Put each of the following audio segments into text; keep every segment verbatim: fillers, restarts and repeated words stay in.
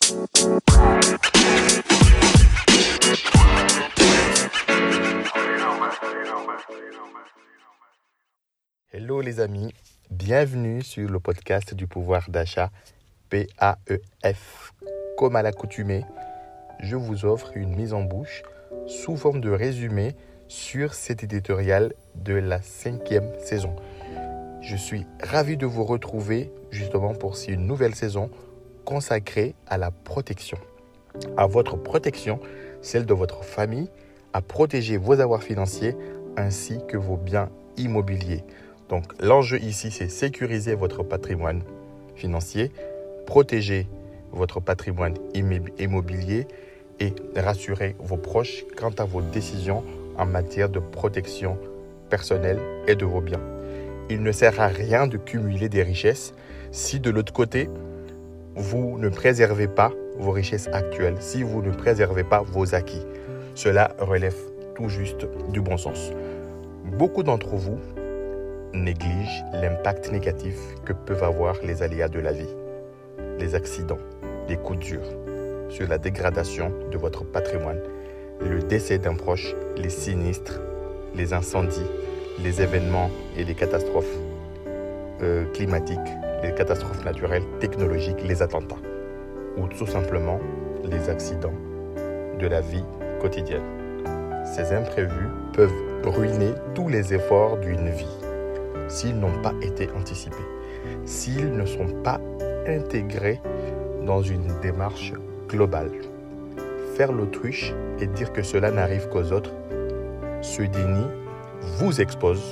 Hello les amis, bienvenue sur le podcast du pouvoir d'achat P A E F. Comme à l'accoutumée, je vous offre une mise en bouche sous forme de résumé sur cet éditorial de la cinquième saison. Je suis ravi de vous retrouver justement pour une nouvelle saison consacrée à la protection. À votre protection, celle de votre famille, à protéger vos avoirs financiers ainsi que vos biens immobiliers. Donc l'enjeu ici, c'est sécuriser votre patrimoine financier, protéger votre patrimoine immobilier et rassurer vos proches quant à vos décisions en matière de protection personnelle et de vos biens. Il ne sert à rien de cumuler des richesses si de l'autre côté, vous ne préservez pas vos richesses actuelles, si vous ne préservez pas vos acquis. Cela relève tout juste du bon sens. Beaucoup d'entre vous négligent l'impact négatif que peuvent avoir les aléas de la vie, les accidents, les coups durs, sur la dégradation de votre patrimoine, le décès d'un proche, les sinistres, les incendies, les événements et les catastrophes euh, climatiques, les catastrophes naturelles, technologiques, les attentats, ou tout simplement les accidents de la vie quotidienne. Ces imprévus peuvent ruiner tous les efforts d'une vie s'ils n'ont pas été anticipés, s'ils ne sont pas intégrés dans une démarche globale. Faire l'autruche et dire que cela n'arrive qu'aux autres, ce déni vous expose,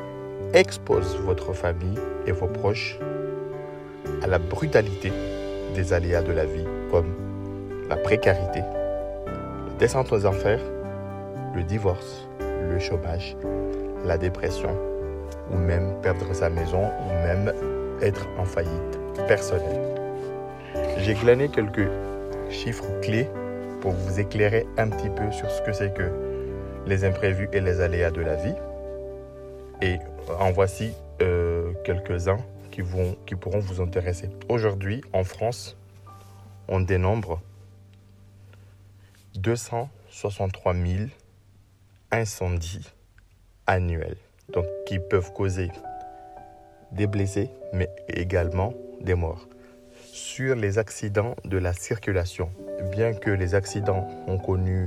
expose votre famille et vos proches à la brutalité des aléas de la vie, comme la précarité, la descente aux enfers, le divorce, le chômage, la dépression, ou même perdre sa maison, ou même être en faillite personnelle. J'ai glané quelques chiffres clés pour vous éclairer un petit peu sur ce que c'est que les imprévus et les aléas de la vie. Et en voici euh, quelques-uns qui, vont, qui pourront vous intéresser. Aujourd'hui, en France, on dénombre deux cent soixante-trois mille incendies annuels, donc qui peuvent causer des blessés, mais également des morts. Sur les accidents de la circulation, bien que les accidents ont connu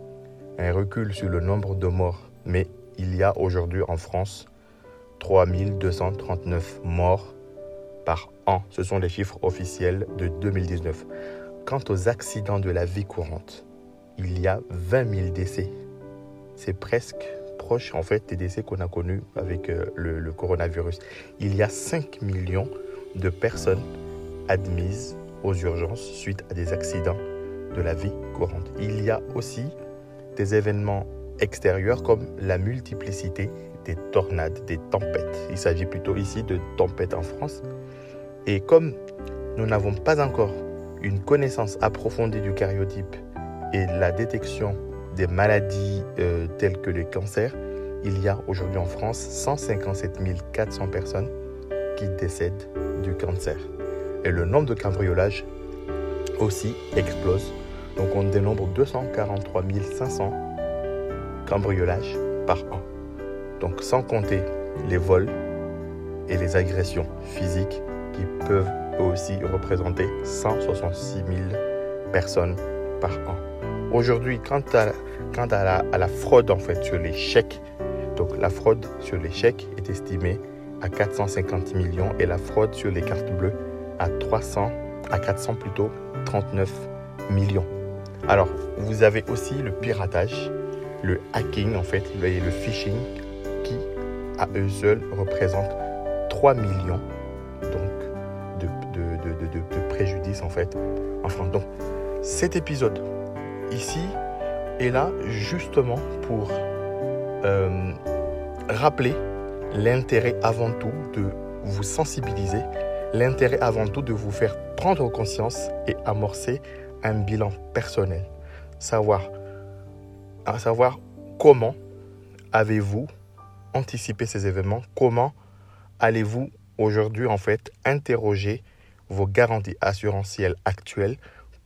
un recul sur le nombre de morts, mais il y a aujourd'hui en France trois mille deux cent trente-neuf morts par an. Ce sont les chiffres officiels de deux mille dix-neuf. Quant aux accidents de la vie courante, il y a vingt mille décès. C'est presque proche en fait des décès qu'on a connus avec euh, le, le coronavirus. Il y a cinq millions de personnes admises aux urgences suite à des accidents de la vie courante. Il y a aussi des événements extérieurs comme la multiplicité des tornades, des tempêtes. Il s'agit plutôt ici de tempêtes en France. Et comme nous n'avons pas encore une connaissance approfondie du karyotype et la détection des maladies euh, telles que le cancer, il y a aujourd'hui en France cent cinquante-sept mille quatre cents personnes qui décèdent du cancer. Et le nombre de cambriolages aussi explose. Donc on dénombre deux cent quarante-trois mille cinq cents cambriolages par an. Donc sans compter les vols et les agressions physiques qui peuvent aussi représenter cent soixante-six mille personnes par an. Aujourd'hui, quant à, quant à, la, à la fraude en fait sur les chèques, donc la fraude sur les chèques est estimée à quatre cent cinquante millions et la fraude sur les cartes bleues à trois cents, à quatre cents plutôt, trente-neuf millions. Alors, vous avez aussi le piratage, le hacking en fait, et le phishing qui, à eux seuls, représentent trois millions donc, de, de, de, de, de, de préjudices en fait en France. Donc, cet épisode ici est là justement pour euh, rappeler l'intérêt avant tout de vous sensibiliser, l'intérêt avant tout de vous faire prendre conscience et amorcer un bilan personnel. Savoir, à savoir comment avez-vous anticipé ces événements, comment allez-vous aujourd'hui en fait interroger vos garanties assurantielles actuelles,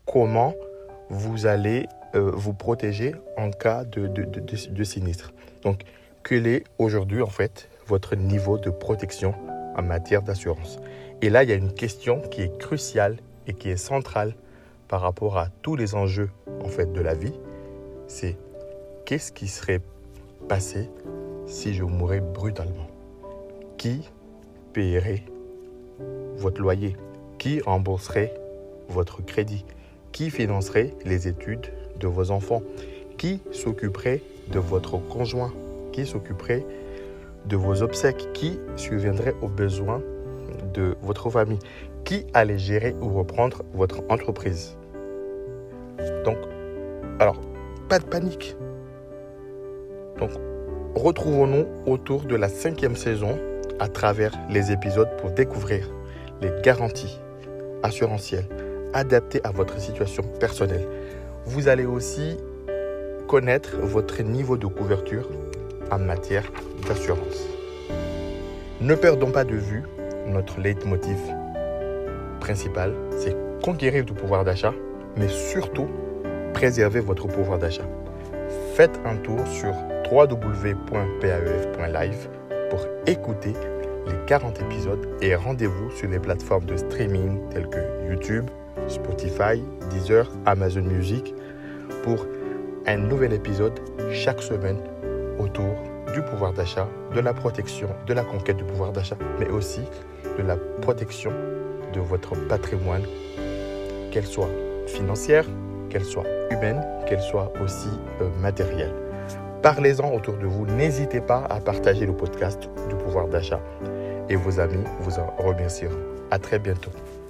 comment vous allez euh, vous protéger en cas de, de, de, de, de sinistre. Donc, quel est aujourd'hui, en fait, votre niveau de protection en matière d'assurance? Et là, il y a une question qui est cruciale et qui est centrale par rapport à tous les enjeux, en fait, de la vie. C'est qu'est-ce qui serait passé si je mourais brutalement? Qui payerait votre loyer? Qui rembourserait votre crédit? Qui financerait les études de vos enfants? Qui s'occuperait de votre conjoint? Qui s'occuperait de vos obsèques? Qui subviendrait aux besoins de votre famille? Qui allait gérer ou reprendre votre entreprise? Donc, alors, pas de panique. Donc, retrouvons-nous autour de la cinquième saison à travers les épisodes pour découvrir les garanties assurantielles adaptées à votre situation personnelle. Vous allez aussi connaître votre niveau de couverture en matière d'assurance. Ne perdons pas de vue notre leitmotiv principal, c'est conquérir du pouvoir d'achat, mais surtout préserver votre pouvoir d'achat. Faites un tour sur w w w point p a e f point live pour écouter les quarante épisodes et rendez-vous sur les plateformes de streaming telles que YouTube, Spotify, Deezer, Amazon Music pour un nouvel épisode chaque semaine autour du pouvoir d'achat, de la protection, de la conquête du pouvoir d'achat, mais aussi de la protection de votre patrimoine, qu'elle soit financière, qu'elle soit humaine, qu'elle soit aussi euh, matérielle. Parlez-en autour de vous. N'hésitez pas à partager le podcast du pouvoir d'achat et vos amis vous en remercieront. À très bientôt.